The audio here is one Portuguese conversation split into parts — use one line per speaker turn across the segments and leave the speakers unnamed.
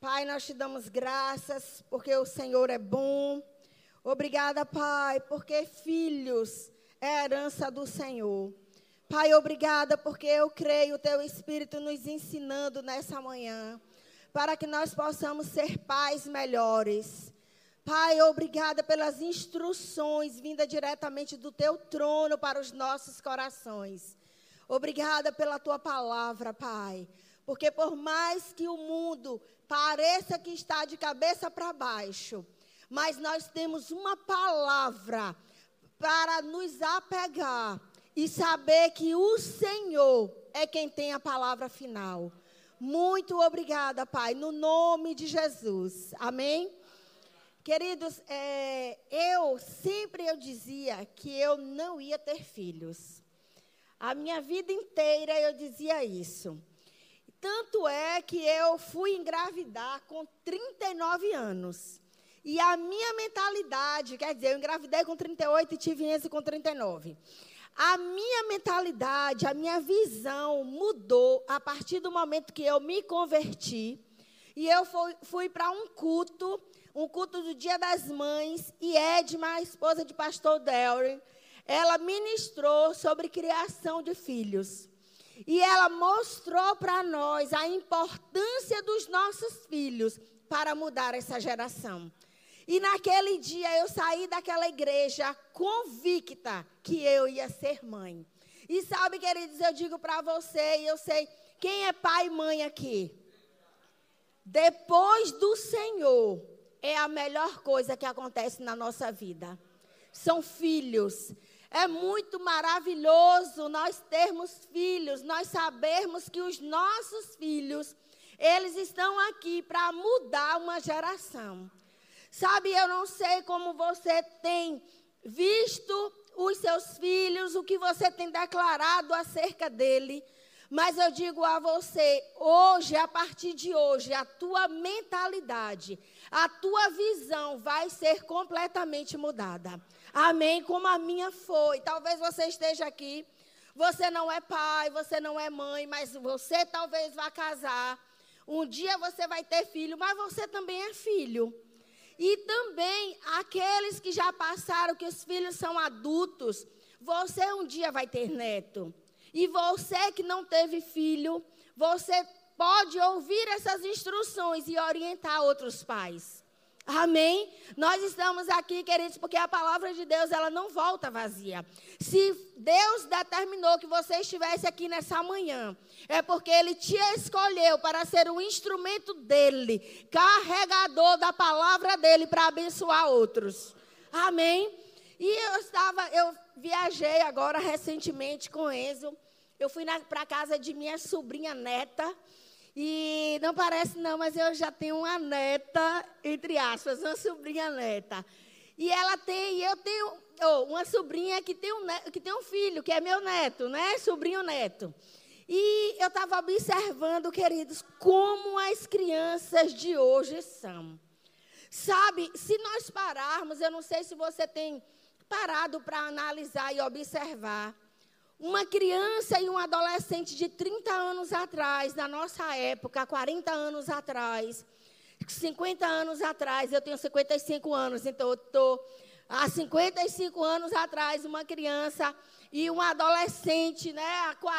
Pai, nós te damos graças porque o Senhor é bom. Obrigada, Pai, porque filhos é a herança do Senhor. Pai, obrigada porque eu creio o Teu Espírito nos ensinando nessa manhã, para que nós possamos ser pais melhores. Pai, obrigada pelas instruções vindas diretamente do Teu trono para os nossos corações. Obrigada pela Tua palavra, Pai, porque por mais que o mundo pareça que está de cabeça para baixo, mas nós temos uma palavra para nos apegar e saber que o Senhor é quem tem a palavra final. Muito obrigada, Pai, no nome de Jesus. Amém? Queridos, eu sempre dizia que eu não ia ter filhos. A minha vida inteira eu dizia isso. Tanto é que eu fui engravidar com 39 anos. E a minha mentalidade, quer dizer, eu engravidei com 38 e tive Enzo com 39. A minha mentalidade, a minha visão mudou a partir do momento que eu me converti. E eu fui para um culto do Dia das Mães. E Edma, a esposa de pastor Delry, ela ministrou sobre criação de filhos. E ela mostrou para nós a importância dos nossos filhos para mudar essa geração. E naquele dia eu saí daquela igreja convicta que eu ia ser mãe. E sabe, queridos, eu digo para você, e eu sei, quem é pai e mãe aqui? Depois do Senhor, é a melhor coisa que acontece na nossa vida. São filhos. É muito maravilhoso nós termos filhos, nós sabermos que os nossos filhos, eles estão aqui para mudar uma geração. Sabe, eu não sei como você tem visto os seus filhos, o que você tem declarado acerca dele, mas eu digo a você, hoje, a partir de hoje, a tua mentalidade, a tua visão vai ser completamente mudada. Amém? Como a minha foi. Talvez você esteja aqui, você não é pai, você não é mãe, mas você talvez vá casar. Um dia você vai ter filho, mas você também é filho. E também aqueles que já passaram, que os filhos são adultos, você um dia vai ter neto. E você que não teve filho, você pode ouvir essas instruções e orientar outros pais. Amém? Nós estamos aqui, queridos, porque a palavra de Deus, ela não volta vazia. Se Deus determinou que você estivesse aqui nessa manhã, é porque Ele te escolheu para ser um instrumento dEle, carregador da palavra dEle para abençoar outros. Amém? E eu viajei agora recentemente com Enzo. Eu fui para a casa de minha sobrinha neta. E não parece não, mas eu já tenho uma neta, entre aspas, uma sobrinha neta. E eu tenho uma sobrinha que tem um filho, que é meu neto, né? Sobrinho neto. E eu estava observando, queridos, como as crianças de hoje são. Sabe, se nós pararmos, eu não sei se você tem parado para analisar e observar. Uma criança e um adolescente de 30 anos atrás, na nossa época, 40 anos atrás, 50 anos atrás, eu tenho 55 anos, então eu estou há 55 anos atrás, uma criança e um adolescente, né,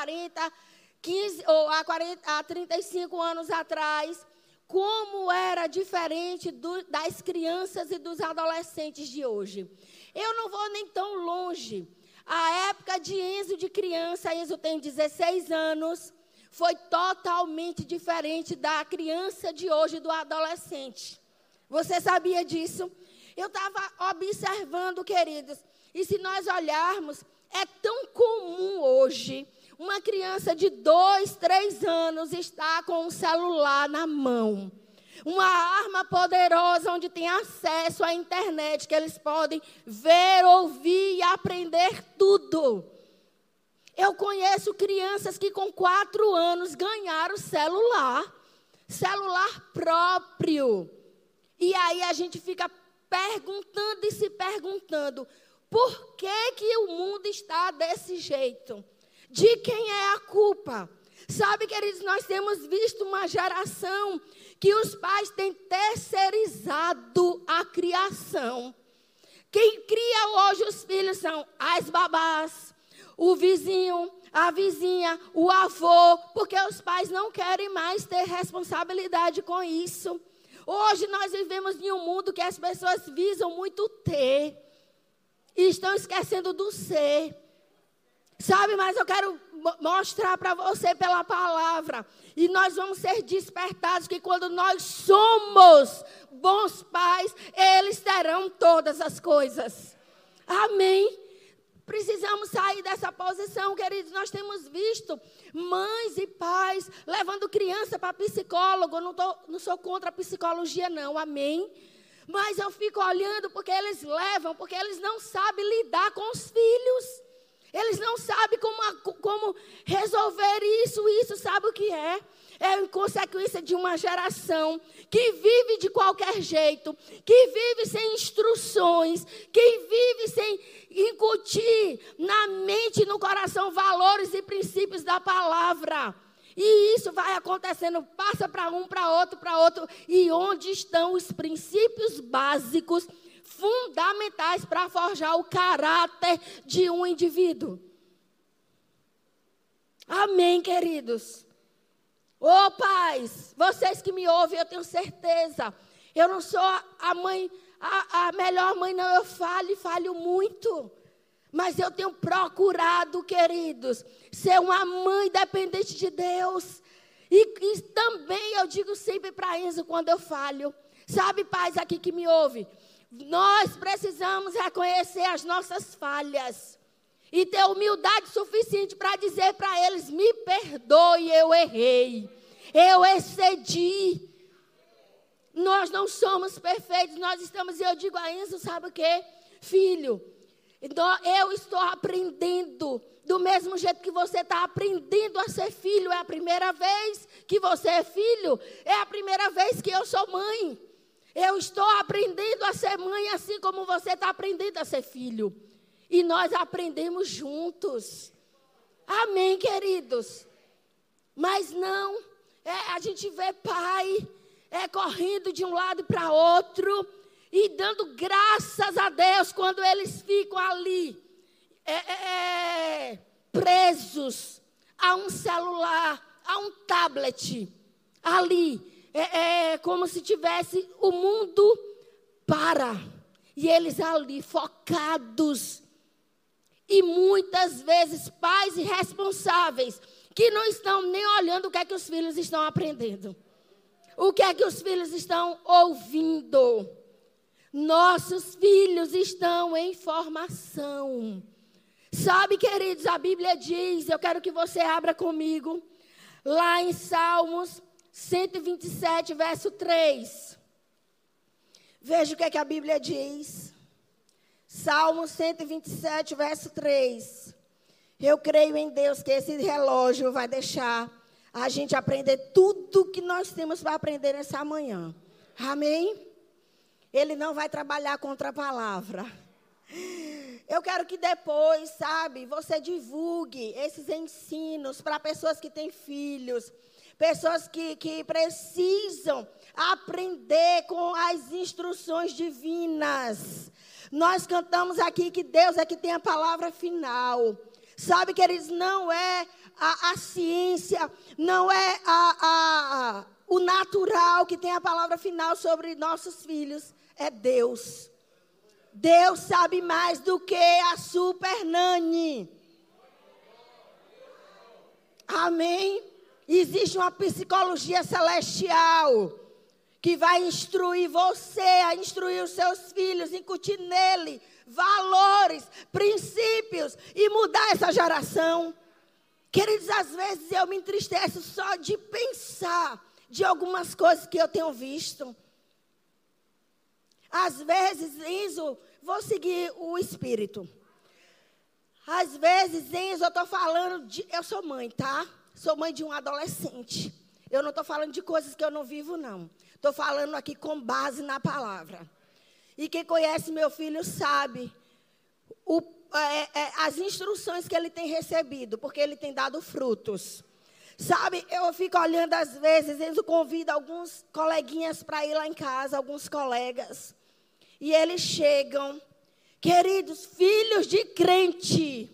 há 35 anos atrás, como era diferente das crianças e dos adolescentes de hoje. Eu não vou nem tão longe. A época de Enzo de criança, Enzo tem 16 anos, foi totalmente diferente da criança de hoje, do adolescente. Você sabia disso? Eu estava observando, queridos, e se nós olharmos, é tão comum hoje uma criança de 2, 3 anos estar com um celular na mão. Uma arma poderosa onde tem acesso à internet, que eles podem ver, ouvir e aprender tudo. Eu conheço crianças que com 4 anos ganharam celular próprio. E aí a gente fica perguntando e se perguntando, por que o mundo está desse jeito? De quem é a culpa? Sabe, queridos, nós temos visto uma geração que os pais têm terceirizado a criação. Quem cria hoje os filhos são as babás, o vizinho, a vizinha, o avô, porque os pais não querem mais ter responsabilidade com isso. Hoje nós vivemos em um mundo que as pessoas visam muito ter e estão esquecendo do ser. Sabe, mas eu quero mostrar para você pela palavra. E nós vamos ser despertados que quando nós somos bons pais, eles terão todas as coisas. Amém? Precisamos sair dessa posição, queridos. Nós temos visto mães e pais levando criança para psicólogo. Eu não sou contra a psicologia, não. Amém? Mas eu fico olhando porque eles levam, porque eles não sabem lidar com os filhos. Eles não sabem como resolver isso sabe o que é? É consequência de uma geração que vive de qualquer jeito, que vive sem instruções, que vive sem incutir na mente e no coração valores e princípios da palavra. E isso vai acontecendo, passa para um, para outro. E onde estão os princípios básicos fundamentais para forjar o caráter de um indivíduo? Amém, queridos? Ô pais, vocês que me ouvem, eu tenho certeza, eu não sou a mãe, a melhor mãe, não, eu falho muito. Mas eu tenho procurado, queridos, ser uma mãe dependente de Deus. E também eu digo sempre para Enzo quando eu falho. Sabe, pais aqui que me ouvem, nós precisamos reconhecer as nossas falhas e ter humildade suficiente para dizer para eles: me perdoe, eu errei, eu excedi. Nós não somos perfeitos, nós estamos, e eu digo a Enzo, sabe o quê? Filho, eu estou aprendendo do mesmo jeito que você está aprendendo a ser filho. É a primeira vez que você é filho, é a primeira vez que eu sou mãe. Eu estou aprendendo a ser mãe assim como você está aprendendo a ser filho. E nós aprendemos juntos. Amém, queridos? Mas não, a gente vê pai correndo de um lado para outro e dando graças a Deus quando eles ficam ali presos a um celular, a um tablet, ali. Como se tivesse o mundo e eles ali focados. E muitas vezes pais irresponsáveis que não estão nem olhando o que é que os filhos estão aprendendo, o que é que os filhos estão ouvindo. Nossos filhos estão em formação. Sabe, queridos, a Bíblia diz, eu quero que você abra comigo, lá em Salmos 127, verso 3. Veja o que é que a Bíblia diz. Salmo 127, verso 3. Eu creio em Deus que esse relógio vai deixar a gente aprender tudo que nós temos para aprender nessa manhã. Amém? Ele não vai trabalhar contra a palavra. Eu quero que depois, sabe, você divulgue esses ensinos para pessoas que têm filhos. Pessoas que precisam aprender com as instruções divinas. Nós cantamos aqui que Deus é que tem a palavra final. Sabe, queridos, não é a ciência, não é o natural que tem a palavra final sobre nossos filhos. É Deus. Deus sabe mais do que a Super Nani. Amém? Existe uma psicologia celestial que vai instruir você, a instruir os seus filhos, incutir nele valores, princípios e mudar essa geração. Queridos, às vezes eu me entristeço só de pensar de algumas coisas que eu tenho visto. Às vezes, Enzo, vou seguir o espírito. Às vezes, Enzo, eu estou falando eu sou mãe, tá? Sou mãe de um adolescente. Eu não estou falando de coisas que eu não vivo, não. Estou falando aqui com base na palavra. E quem conhece meu filho sabe as instruções que ele tem recebido, porque ele tem dado frutos. Sabe, eu fico olhando às vezes, eles convidam alguns coleguinhas para ir lá em casa, alguns colegas. E eles chegam, queridos, filhos de crente.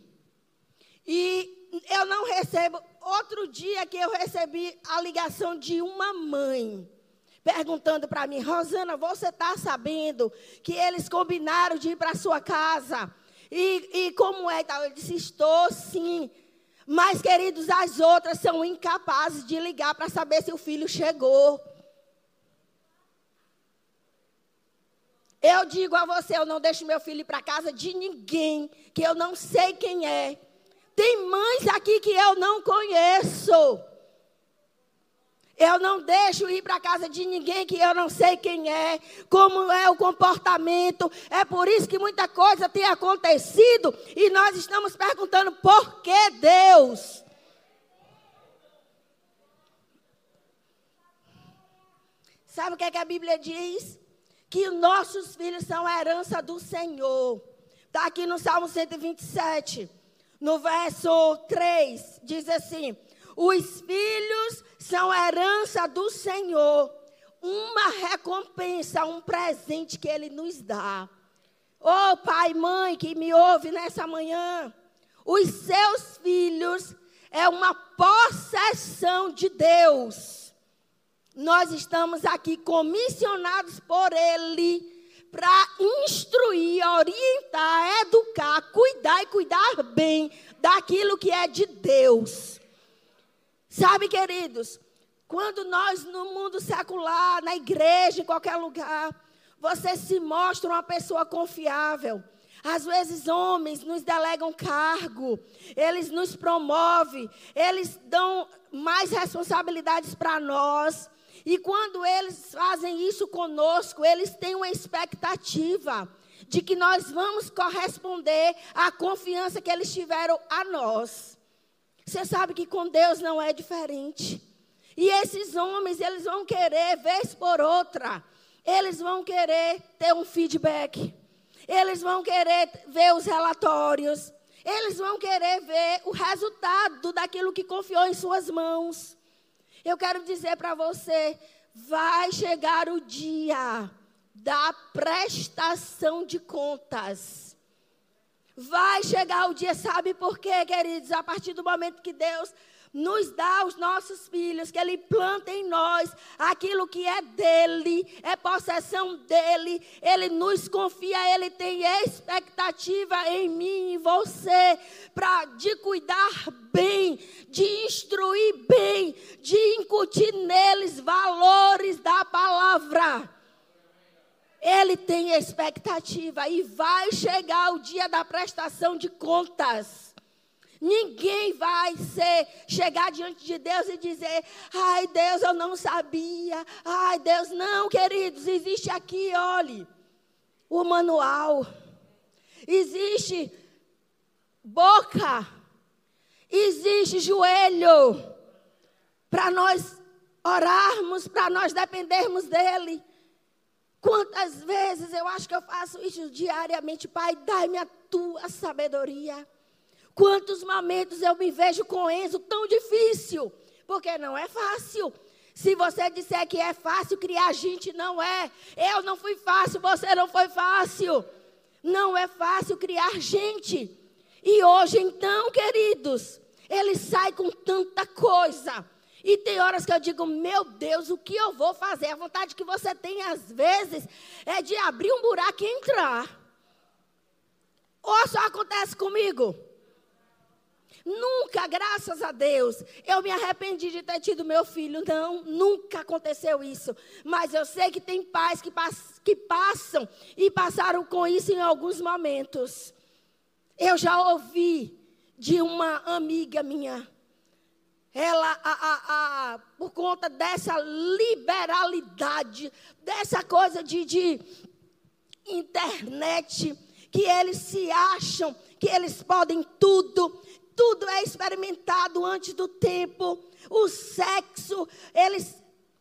E eu não recebo, outro dia que eu recebi a ligação de uma mãe, perguntando para mim, Rosana, você está sabendo que eles combinaram de ir para a sua casa? E como é? Eu disse, estou sim. Mas, queridos, as outras são incapazes de ligar para saber se o filho chegou. Eu digo a você, eu não deixo meu filho ir para casa de ninguém, que eu não sei quem é. Tem mães aqui que eu não conheço. Eu não deixo ir para casa de ninguém que eu não sei quem é, como é o comportamento. É por isso que muita coisa tem acontecido e nós estamos perguntando por que Deus? Sabe o que é que a Bíblia diz? Que nossos filhos são a herança do Senhor. Está aqui no Salmo 127, no verso 3, diz assim: os filhos são a herança do Senhor, uma recompensa, um presente que Ele nos dá. Ô pai, mãe que me ouve nessa manhã, os seus filhos é uma possessão de Deus. Nós estamos aqui comissionados por Ele para instruir, orientar, educar, cuidar e cuidar bem daquilo que é de Deus. Sabe, queridos, quando nós no mundo secular, na igreja, em qualquer lugar, você se mostra uma pessoa confiável. Às vezes homens nos delegam cargo, eles nos promovem, eles dão mais responsabilidades para nós. E quando eles fazem isso conosco, eles têm uma expectativa de que nós vamos corresponder à confiança que eles tiveram a nós. Você sabe que com Deus não é diferente. E esses homens, eles vão querer, vez por outra, eles vão querer ter um feedback. Eles vão querer ver os relatórios. Eles vão querer ver o resultado daquilo que confiou em suas mãos. Eu quero dizer para você, vai chegar o dia da prestação de contas. Vai chegar o dia, sabe por quê, queridos? A partir do momento que Deus nos dá os nossos filhos, que Ele planta em nós aquilo que é dEle, é possessão dEle, Ele nos confia, Ele tem expectativa em mim e em você, de cuidar bem, de instruir bem, de incutir neles valores da palavra. Ele tem expectativa e vai chegar o dia da prestação de contas. Ninguém vai chegar diante de Deus e dizer, ai Deus, eu não sabia, ai Deus, não, queridos, existe aqui, olhe, o manual, existe boca, existe joelho, para nós orarmos, para nós dependermos dEle. Quantas vezes eu acho que eu faço isso diariamente, Pai, dai-me a tua sabedoria. Quantos momentos eu me vejo com Enzo tão difícil, porque não é fácil. Se você disser que é fácil criar gente, não é. Eu não fui fácil, você não foi fácil. Não é fácil criar gente. E hoje, então, queridos, ele sai com tanta coisa. E tem horas que eu digo, meu Deus, o que eu vou fazer? A vontade que você tem, às vezes, é de abrir um buraco e entrar. Ou só acontece comigo? Nunca, graças a Deus, eu me arrependi de ter tido meu filho. Não, nunca aconteceu isso. Mas eu sei que tem pais que passam e passaram com isso em alguns momentos. Eu já ouvi de uma amiga minha. Ela, por conta dessa liberalidade, dessa coisa de internet, que eles se acham que eles podem tudo é experimentado antes do tempo. O sexo, eles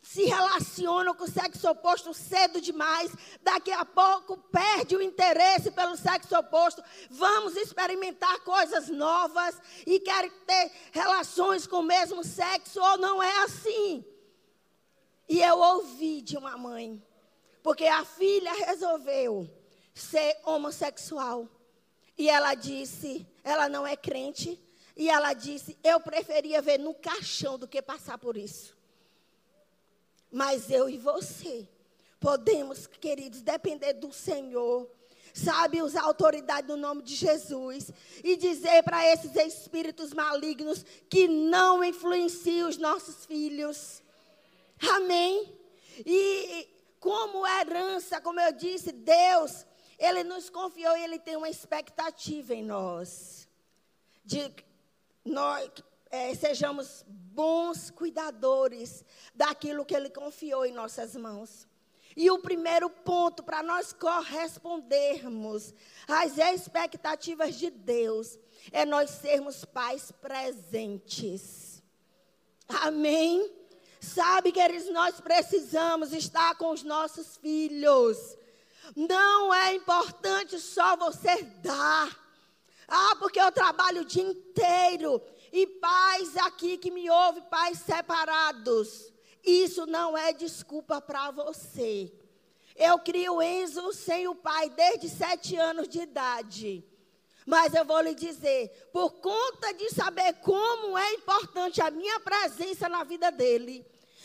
se relacionam com o sexo oposto cedo demais, daqui a pouco perde o interesse pelo sexo oposto, vamos experimentar coisas novas e querem ter relações com o mesmo sexo, ou não é assim. E eu ouvi de uma mãe, porque a filha resolveu ser homossexual, e ela disse, ela não é crente, e ela disse, eu preferia ver no caixão do que passar por isso. Mas eu e você podemos, queridos, depender do Senhor, sabe, usar a autoridade no nome de Jesus e dizer para esses espíritos malignos que não influenciem os nossos filhos. Amém? E como herança, como eu disse, Deus, Ele nos confiou e Ele tem uma expectativa em nós. De nós sejamos bons cuidadores daquilo que Ele confiou em nossas mãos. E o primeiro ponto para nós correspondermos às expectativas de Deus é nós sermos pais presentes. Amém? Sabe, queridos, nós precisamos estar com os nossos filhos. Não é importante só você dar. Porque eu trabalho o dia inteiro. E pais aqui que me ouvem, pais separados. Isso não é desculpa para você. Eu crio o Enzo sem o pai desde 7 anos de idade. Mas eu vou lhe dizer, por conta de saber como é importante a minha presença na vida dele,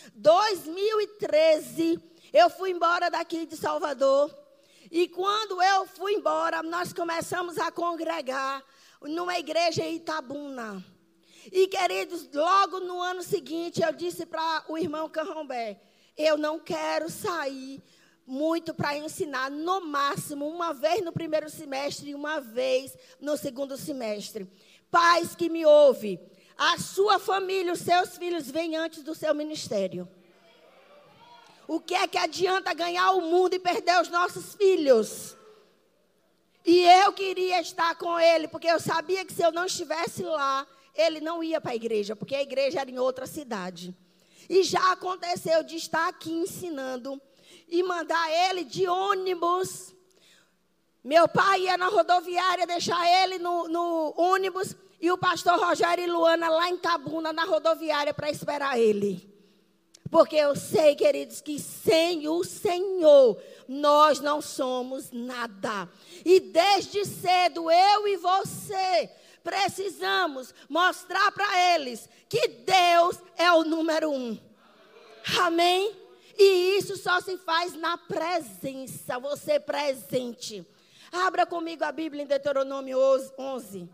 2013, eu fui embora daqui de Salvador. E quando eu fui embora, nós começamos a congregar numa igreja em Itabuna. E, queridos, logo no ano seguinte, eu disse para o irmão Canrombé, eu não quero sair muito para ensinar, no máximo, uma vez no primeiro semestre e uma vez no segundo semestre. Pais que me ouvem, a sua família, os seus filhos vêm antes do seu ministério. O que é que adianta ganhar o mundo e perder os nossos filhos? E eu queria estar com ele, porque eu sabia que se eu não estivesse lá, ele não ia para a igreja, porque a igreja era em outra cidade. E já aconteceu de estar aqui ensinando e mandar ele de ônibus. Meu pai ia na rodoviária deixar ele no ônibus e o pastor Rogério e Luana lá em Itabuna, na rodoviária, para esperar ele. Porque eu sei, queridos, que sem o Senhor nós não somos nada. E desde cedo eu e você precisamos mostrar para eles que Deus é o número 1. Amém? E isso só se faz na presença, você presente. Abra comigo a Bíblia em Deuteronômio 11.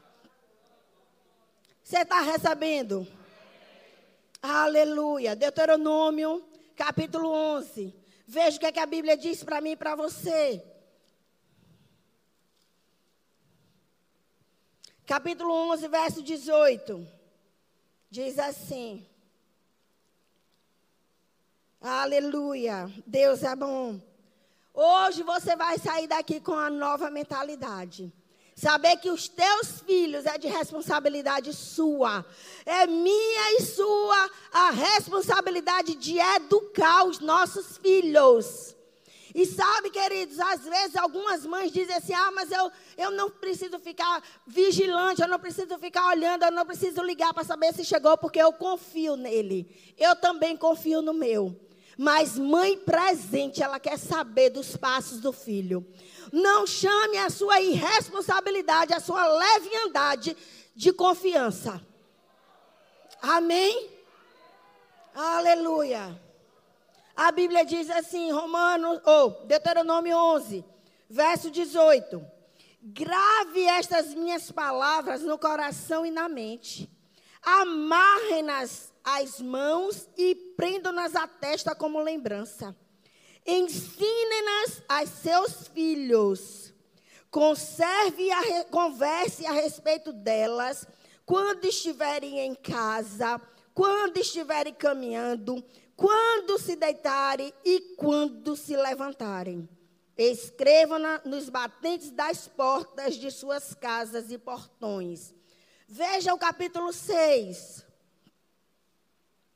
Você está recebendo? Aleluia. Deuteronômio, capítulo 11. Veja o que, é que a Bíblia diz para mim e para você. Capítulo 11, verso 18. Diz assim. Aleluia. Deus é bom. Hoje você vai sair daqui com a nova mentalidade. Saber que os teus filhos é de responsabilidade sua. É minha e sua a responsabilidade de educar os nossos filhos. E sabe, queridos, às vezes algumas mães dizem assim, mas eu não preciso ficar vigilante, eu não preciso ficar olhando, eu não preciso ligar para saber se chegou, porque eu confio nele. Eu também confio no meu. Mas mãe presente, ela quer saber dos passos do filho. Não chame a sua irresponsabilidade, a sua leviandade de confiança. Amém? Aleluia. A Bíblia diz assim, Deuteronômio 11, verso 18. Grave estas minhas palavras no coração e na mente. Amarre-nas às mãos e prendam-nas à testa como lembrança. Ensine-nas a seus filhos. Converse a respeito delas quando estiverem em casa, quando estiverem caminhando, quando se deitarem e quando se levantarem. Escrevam-na nos batentes das portas de suas casas e portões. Veja o capítulo 6.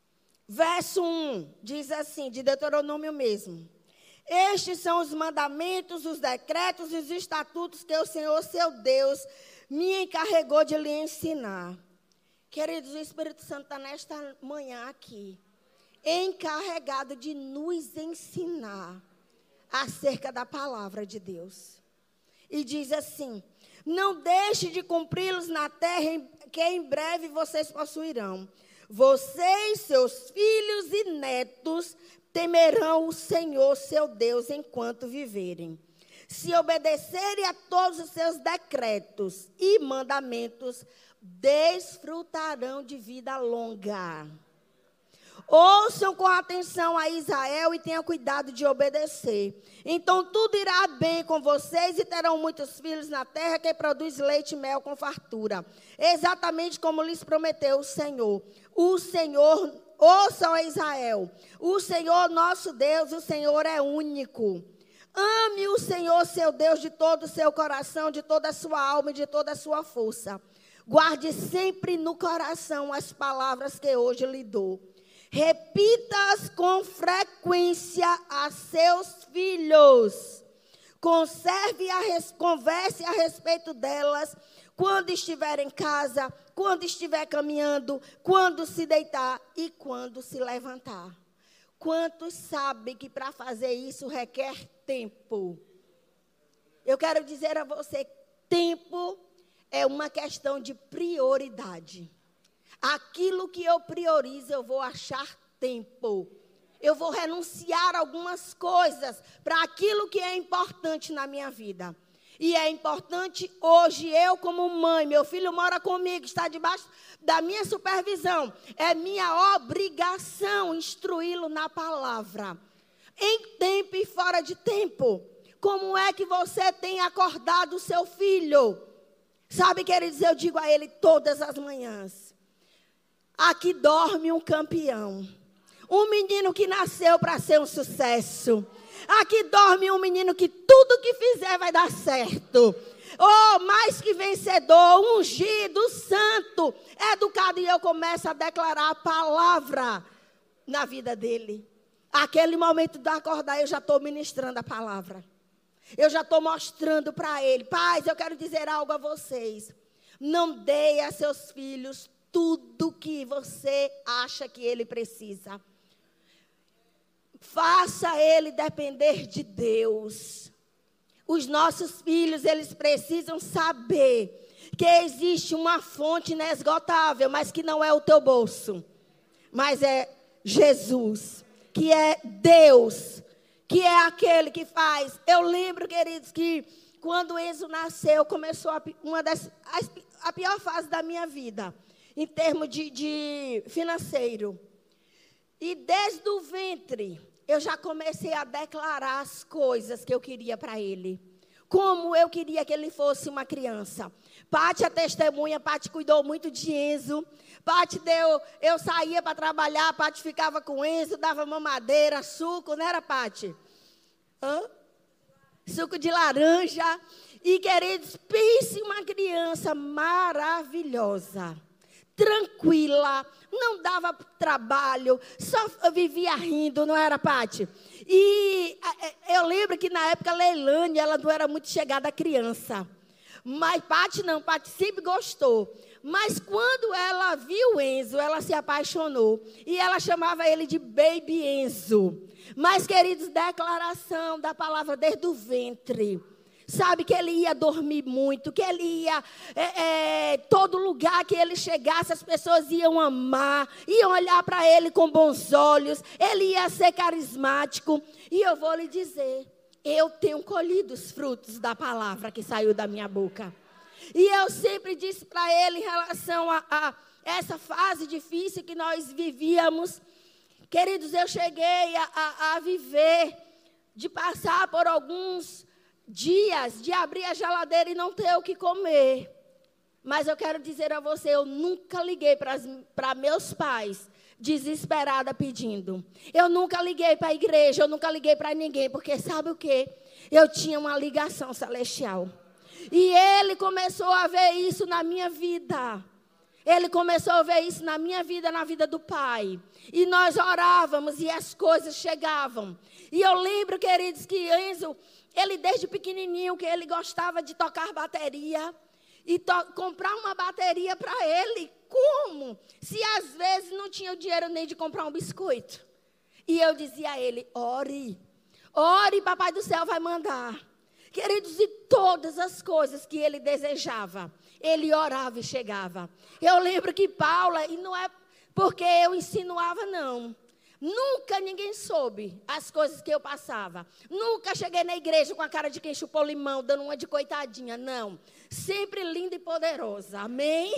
Verso 1 diz assim, de Deuteronômio mesmo. Estes são os mandamentos, os decretos e os estatutos que o Senhor, seu Deus, me encarregou de lhe ensinar. Queridos, o Espírito Santo está nesta manhã aqui, encarregado de nos ensinar acerca da palavra de Deus. E diz assim, não deixe de cumpri-los na terra que em breve vocês possuirão. Vocês, seus filhos e netos, temerão o Senhor, seu Deus, enquanto viverem. Se obedecerem a todos os seus decretos e mandamentos, desfrutarão de vida longa. Ouçam com atenção a Israel e tenham cuidado de obedecer. Então tudo irá bem com vocês e terão muitos filhos na terra que produz leite e mel com fartura. Exatamente como lhes prometeu o Senhor. O Senhor, ouçam a Israel. O Senhor nosso Deus, o Senhor é único. Ame o Senhor seu Deus de todo o seu coração, de toda a sua alma e de toda a sua força. Guarde sempre no coração as palavras que hoje lhe dou. Repita-as com frequência a seus filhos. Converse a respeito delas quando estiver em casa, quando estiver caminhando, quando se deitar e quando se levantar. Quantos sabem que para fazer isso requer tempo? Eu quero dizer a você, tempo é uma questão de prioridade. Aquilo que eu priorizo, eu vou achar tempo. Eu vou renunciar a algumas coisas para aquilo que é importante na minha vida. E é importante hoje, eu como mãe, meu filho mora comigo, está debaixo da minha supervisão. É minha obrigação instruí-lo na palavra. Em tempo e fora de tempo. Como é que você tem acordado o seu filho? Sabe, queridos, eu digo a ele todas as manhãs. Aqui dorme um campeão. Um menino que nasceu para ser um sucesso. Aqui dorme um menino que tudo que fizer vai dar certo. Oh, mais que vencedor, ungido, santo, educado. E eu começo a declarar a palavra na vida dele. Aquele momento de acordar, eu já estou ministrando a palavra. Eu já estou mostrando para ele. Pais, eu quero dizer algo a vocês. Não dê a seus filhos tudo que você acha que ele precisa. Faça ele depender de Deus. Os nossos filhos, eles precisam saber que existe uma fonte inesgotável, mas que não é o teu bolso. Mas é Jesus, que é Deus, que é aquele que faz. Eu lembro, queridos, que quando Enzo nasceu, começou a pior fase da minha vida. Em termos de financeiro. E desde o ventre, eu já comecei a declarar as coisas que eu queria para ele. Como eu queria que ele fosse uma criança. Pati, a testemunha, Pati cuidou muito de Enzo. Pati eu saía para trabalhar, Pati ficava com Enzo, dava mamadeira, suco, não era, Pati? Suco de laranja. E, queridos, pense uma criança maravilhosa. Tranquila, não dava trabalho, só vivia rindo, não era, Pati? E eu lembro que na época a Leilane, ela não era muito chegada à criança. Mas Pati não, Pati sempre gostou. Mas quando ela viu Enzo, ela se apaixonou. E ela chamava ele de Baby Enzo. Mas, queridos, declaração da palavra desde o ventre. Sabe, que ele ia dormir muito, que ele ia, todo lugar que ele chegasse, as pessoas iam amar, iam olhar para ele com bons olhos, ele ia ser carismático. E eu vou lhe dizer, eu tenho colhido os frutos da palavra que saiu da minha boca. E eu sempre disse para ele em relação a essa fase difícil que nós vivíamos. Queridos, eu cheguei a viver, de passar por alguns dias de abrir a geladeira e não ter o que comer. Mas eu quero dizer a você, eu nunca liguei para meus pais desesperada pedindo. Eu nunca liguei para a igreja, eu nunca liguei para ninguém, porque sabe o quê? Eu tinha uma ligação celestial. E ele começou a ver isso na minha vida. Ele começou a ver isso na minha vida, na vida do pai. E nós orávamos e as coisas chegavam. E eu lembro, queridos, que Enzo, ele desde pequenininho, que ele gostava de tocar bateria. E comprar uma bateria para ele. Como? Se às vezes não tinha o dinheiro nem de comprar um biscoito. E eu dizia a ele, ore, papai do céu vai mandar. Queridos, e todas as coisas que ele desejava, ele orava e chegava. Eu lembro que Paula, e não é porque eu insinuava, não. Nunca ninguém soube as coisas que eu passava. Nunca cheguei na igreja com a cara de quem chupou limão, dando uma de coitadinha, não. Sempre linda e poderosa, amém?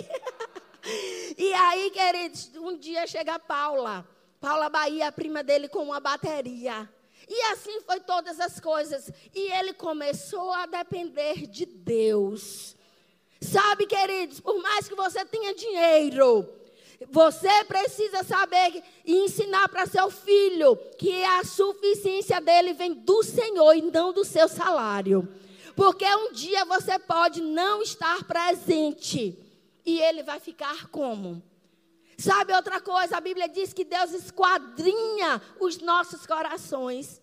E aí, queridos, um dia chega Paula Bahia, a prima dele, com uma bateria. E assim foi todas as coisas. E ele começou a depender de Deus. Sabe, queridos, por mais que você tenha dinheiro, você precisa saber e ensinar para seu filho que a suficiência dele vem do Senhor e não do seu salário. Porque um dia você pode não estar presente e ele vai ficar como? Sabe outra coisa? A Bíblia diz que Deus esquadrinha os nossos corações.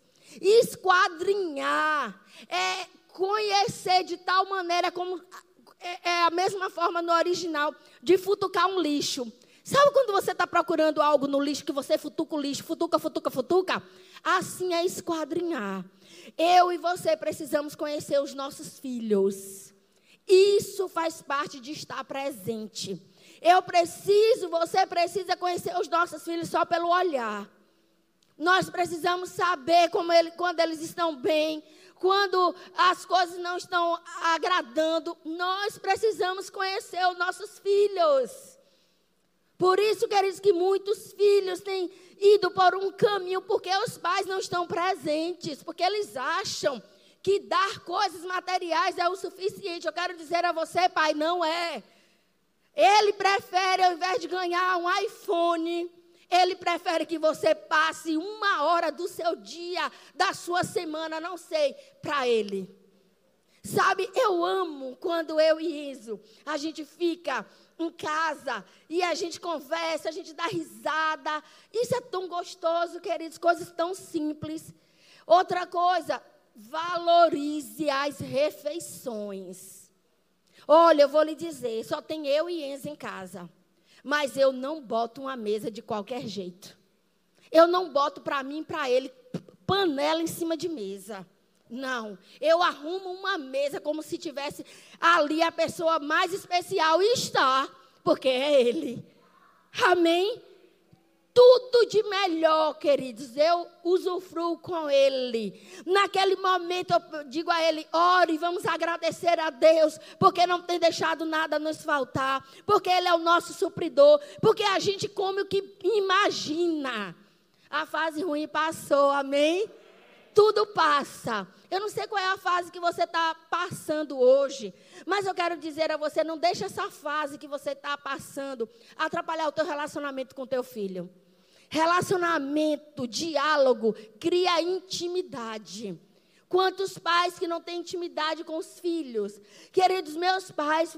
Esquadrinhar é conhecer de tal maneira como é a mesma forma no original de futucar um lixo. Sabe quando você está procurando algo no lixo que você futuca o lixo, futuca? Assim é esquadrinhar. Eu e você precisamos conhecer os nossos filhos. Isso faz parte de estar presente. Você precisa conhecer os nossos filhos só pelo olhar. Nós precisamos saber quando eles estão bem, quando as coisas não estão agradando. Nós precisamos conhecer os nossos filhos. Por isso, queridos, que muitos filhos têm ido por um caminho porque os pais não estão presentes, porque eles acham que dar coisas materiais é o suficiente. Eu quero dizer a você, pai, não é. Ele prefere, ao invés de ganhar um iPhone, ele prefere que você passe 1 hora do seu dia, da sua semana, não sei, para ele. Sabe, eu amo quando eu e Enzo, a gente fica em casa e a gente conversa, a gente dá risada. Isso é tão gostoso, queridos, coisas tão simples. Outra coisa, valorize as refeições. Olha, eu vou lhe dizer, só tem eu e Enzo em casa. Mas eu não boto uma mesa de qualquer jeito. Eu não boto para mim e para ele panela em cima de mesa. Não, eu arrumo uma mesa como se tivesse ali a pessoa mais especial. E está, porque é ele. Amém? Tudo de melhor, queridos, eu usufruo com ele. Naquele momento eu digo a ele, ore, vamos agradecer a Deus, porque não tem deixado nada nos faltar, porque ele é o nosso supridor, porque a gente come o que imagina. A fase ruim passou, amém? Tudo passa. Eu não sei qual é a fase que você está passando hoje, mas eu quero dizer a você, não deixe essa fase que você está passando atrapalhar o teu relacionamento com o teu filho. Relacionamento, diálogo, cria intimidade. Quantos pais que não têm intimidade com os filhos? Queridos, meus pais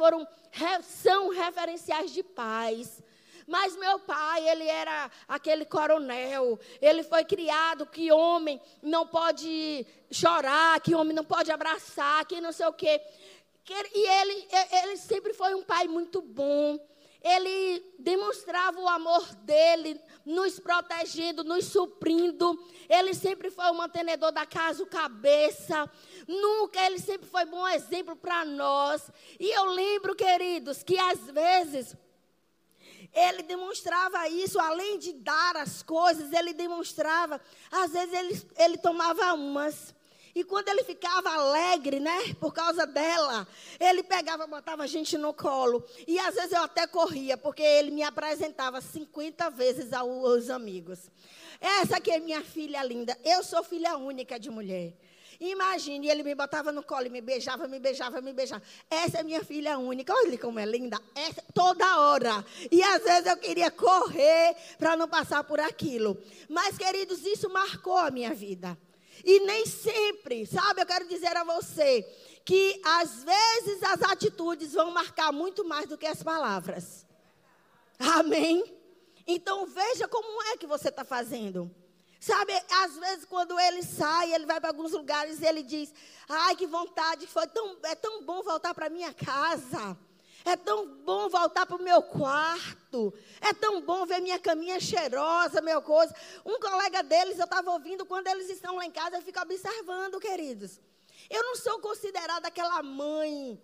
são referenciais de pais. Mas meu pai, ele era aquele coronel, ele foi criado que homem não pode chorar, que homem não pode abraçar, que não sei o quê. E ele sempre foi um pai muito bom. Ele demonstrava o amor dele, nos protegendo, nos suprindo. Ele sempre foi o mantenedor da casa, o cabeça. Ele sempre foi bom exemplo para nós. E eu lembro, queridos, que às vezes ele demonstrava isso, além de dar as coisas, ele demonstrava, às vezes ele tomava umas. E quando ele ficava alegre, né, por causa dela, ele pegava, botava a gente no colo. E às vezes eu até corria, porque ele me apresentava 50 vezes aos amigos. Essa aqui é minha filha linda. Eu sou filha única de mulher. Imagine, ele me botava no colo e me beijava. Essa é minha filha única. Olha como é linda. Essa, toda hora. E às vezes eu queria correr para não passar por aquilo. Mas, queridos, isso marcou a minha vida. E nem sempre, sabe, eu quero dizer a você que às vezes as atitudes vão marcar muito mais do que as palavras. Amém? Então veja como é que você está fazendo. Sabe, às vezes quando ele sai, ele vai para alguns lugares e ele diz, ai, que vontade, é tão bom voltar para minha casa. É tão bom voltar para o meu quarto. É tão bom ver minha caminha cheirosa, meu coisa. Um colega deles, eu estava ouvindo, quando eles estão lá em casa, eu fico observando, queridos. Eu não sou considerada aquela mãe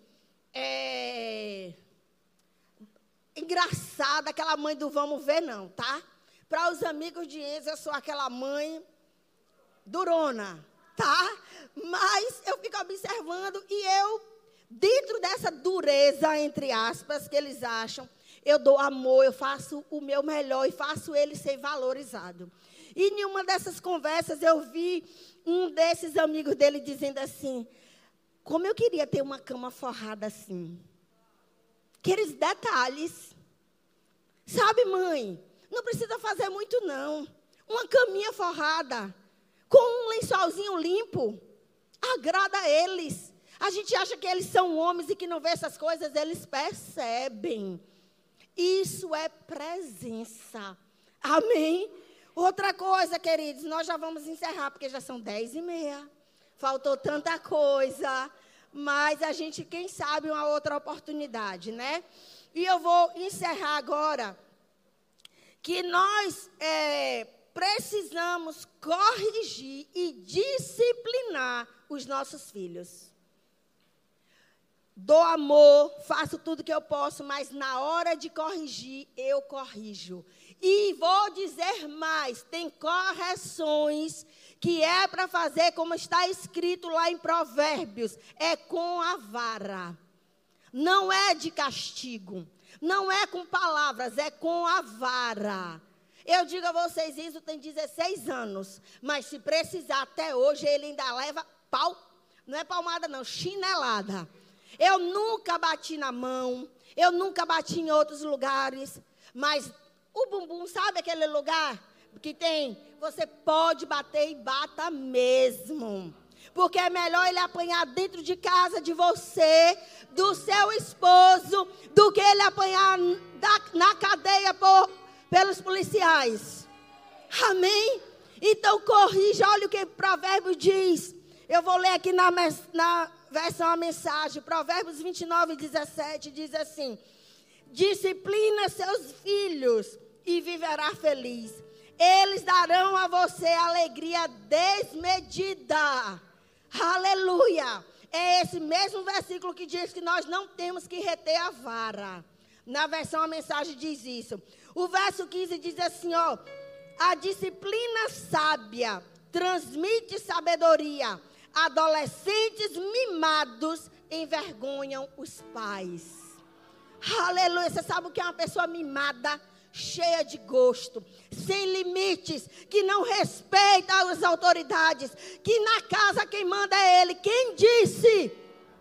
engraçada, aquela mãe do vamos ver, não, tá? Para os amigos de Enzo, eu sou aquela mãe durona, tá? Mas eu fico observando e dentro dessa dureza, entre aspas, que eles acham, eu dou amor, eu faço o meu melhor e faço ele ser valorizado. E em uma dessas conversas eu vi um desses amigos dele dizendo assim, como eu queria ter uma cama forrada assim. Aqueles detalhes. Sabe, mãe, não precisa fazer muito não. Uma caminha forrada, com um lençolzinho limpo, agrada a eles. A gente acha que eles são homens e que não vê essas coisas, eles percebem. Isso é presença. Amém? Outra coisa, queridos, nós já vamos encerrar, porque já são 10h30. Faltou tanta coisa, mas a gente, quem sabe, uma outra oportunidade, né? E eu vou encerrar agora, que nós precisamos corrigir e disciplinar os nossos filhos. Dou amor, faço tudo que eu posso, mas na hora de corrigir, eu corrijo. E vou dizer mais, tem correções que é para fazer, como está escrito lá em Provérbios, é com a vara. Não é de castigo, não é com palavras, é com a vara. Eu digo a vocês, isso tem 16 anos, mas se precisar, até hoje, ele ainda leva pau, não é palmada não, chinelada. Eu nunca bati na mão, eu nunca bati em outros lugares, mas o bumbum, sabe aquele lugar que tem? Você pode bater e bata mesmo. Porque é melhor ele apanhar dentro de casa de você, do seu esposo, do que ele apanhar na cadeia pelos policiais. Amém? Então corrija, olha o que o provérbio diz. Eu vou ler aqui na versão a mensagem. Provérbios 29:17 diz assim: disciplina seus filhos e viverá feliz. Eles darão a você alegria desmedida. Aleluia! É esse mesmo versículo que diz que nós não temos que reter a vara. Na versão a mensagem diz isso. O verso 15 diz assim, ó: a disciplina sábia transmite sabedoria. Adolescentes mimados envergonham os pais. Aleluia! Você sabe o que é uma pessoa mimada? Cheia de gosto, sem limites, que não respeita as autoridades, que na casa quem manda é ele. Quem disse?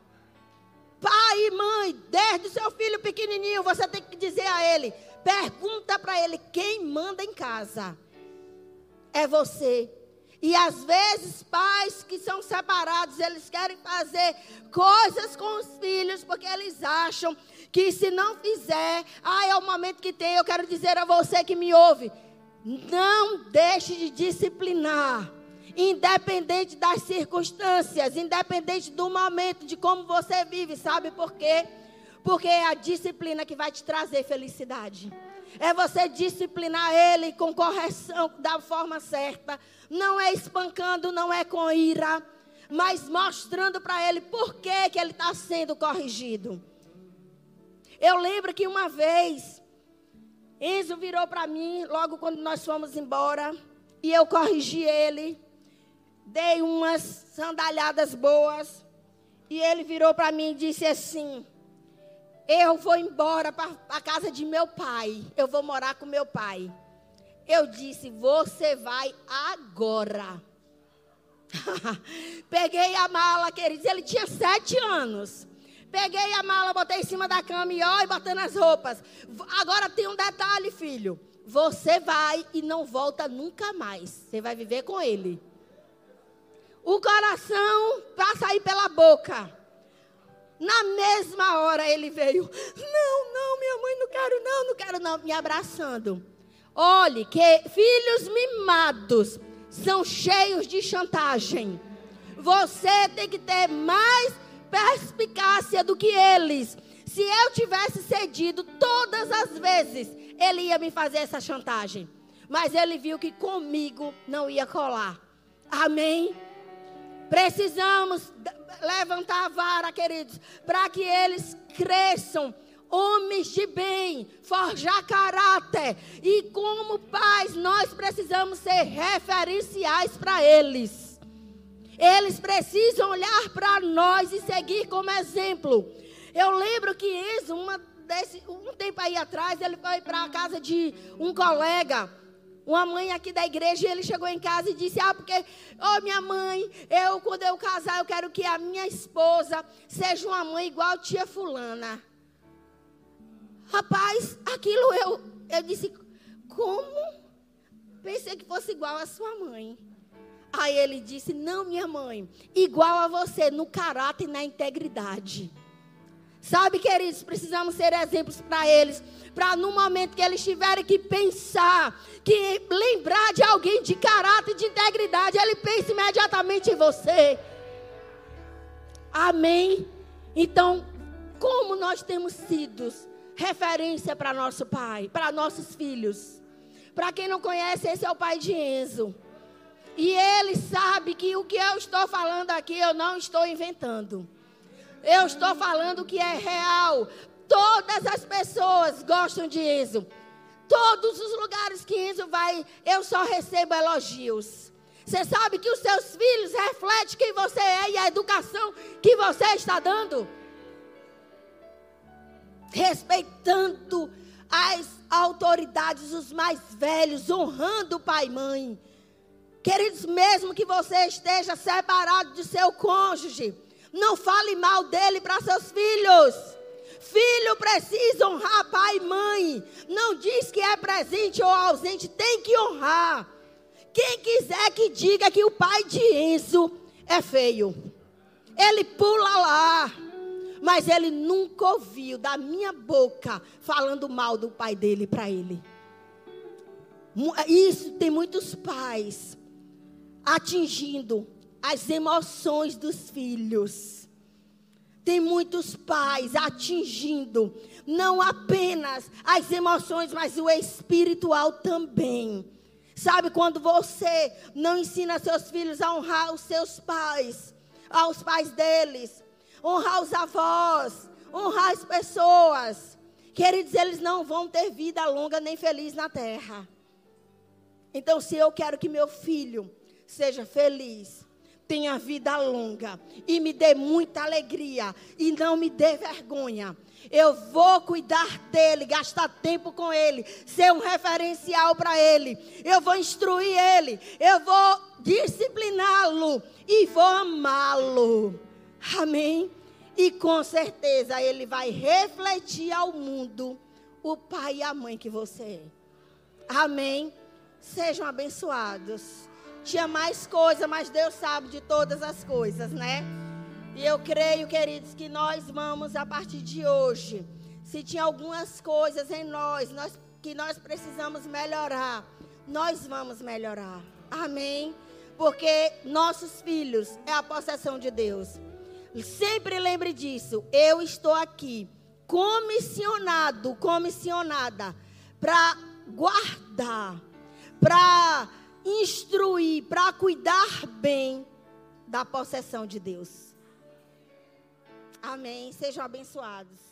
Pai e mãe, desde o seu filho pequenininho, você tem que dizer a ele, pergunta para ele, quem manda em casa? É você. E às vezes pais que são separados, eles querem fazer coisas com os filhos, porque eles acham que se não fizer, é o momento que tem. Eu quero dizer a você que me ouve, não deixe de disciplinar, independente das circunstâncias, independente do momento, de como você vive. Sabe por quê? Porque é a disciplina que vai te trazer felicidade. É você disciplinar ele com correção, da forma certa. Não é espancando, não é com ira, mas mostrando para ele por que ele está sendo corrigido. Eu lembro que uma vez, Enzo virou para mim, logo quando nós fomos embora, e eu corrigi ele, dei umas sandalhadas boas, e ele virou para mim e disse assim: eu vou embora para a casa de meu pai, eu vou morar com meu pai. Eu disse: você vai agora. Peguei a mala, queridos, ele tinha 7 anos. Peguei a mala, botei em cima da cama e botando as roupas. Agora tem um detalhe, filho. Você vai e não volta nunca mais. Você vai viver com ele. O coração para sair pela boca. Na mesma hora ele veio. Não, minha mãe, não quero não, me abraçando. Olhe que filhos mimados são cheios de chantagem. Você tem que ter mais perspicácia do que eles. Se eu tivesse cedido todas as vezes, ele ia me fazer essa chantagem. Mas ele viu que comigo não ia colar. Amém? Precisamos levantar a vara, queridos, para que eles cresçam. Homens de bem, forjar caráter. E como pais, nós precisamos ser referenciais para eles. Eles precisam olhar para nós e seguir como exemplo. Eu lembro que Enzo, um tempo aí atrás, ele foi para a casa de um colega, uma mãe aqui da igreja, e ele chegou em casa e disse, porque, minha mãe, quando eu casar, eu quero que a minha esposa seja uma mãe igual a tia fulana. Rapaz, aquilo eu disse, como? Pensei que fosse igual a sua mãe. Aí ele disse, não, minha mãe, igual a você no caráter e na integridade. Sabe, queridos, precisamos ser exemplos para eles, para no momento que eles tiverem que pensar, que lembrar de alguém de caráter e de integridade, ele pense imediatamente em você. Amém? Então, como nós temos sido referência para nosso pai, para nossos filhos. Para quem não conhece, esse é o pai de Enzo. E ele sabe que o que eu estou falando aqui, eu não estou inventando. Eu estou falando que é real. Todas as pessoas gostam de Enzo. Todos os lugares que Enzo vai, eu só recebo elogios. Você sabe que os seus filhos refletem quem você é e a educação que você está dando? Respeitando as autoridades, os mais velhos, honrando o pai e mãe. Queridos, mesmo que você esteja separado de seu cônjuge, não fale mal dele para seus filhos. Filho precisa honrar pai e mãe. Não diz que é presente ou ausente, tem que honrar. Quem quiser que diga que o pai de Enzo é feio, ele pula lá. Mas ele nunca ouviu da minha boca falando mal do pai dele para ele. Isso tem muitos pais atingindo as emoções dos filhos. Tem muitos pais atingindo não apenas as emoções, mas o espiritual também. Sabe, quando você não ensina seus filhos a honrar os seus pais, aos pais deles, honrar os avós, honrar as pessoas, queridos, eles não vão ter vida longa nem feliz na terra. Então, se eu quero que meu filho seja feliz, tenha vida longa e me dê muita alegria e não me dê vergonha, eu vou cuidar dele, gastar tempo com ele, ser um referencial para ele, eu vou instruir ele, eu vou discipliná-lo e vou amá-lo. Amém? E com certeza ele vai refletir ao mundo o pai e a mãe que você é. Amém? Sejam abençoados. Tinha mais coisa, mas Deus sabe de todas as coisas, né? E eu creio, queridos, que nós vamos, a partir de hoje, se tinha algumas coisas em nós que nós precisamos melhorar, nós vamos melhorar. Amém? Porque nossos filhos é a possessão de Deus. Sempre lembre disso. Eu estou aqui comissionada para guardar, para instruir, para cuidar bem da possessão de Deus. Amém. Sejam abençoados.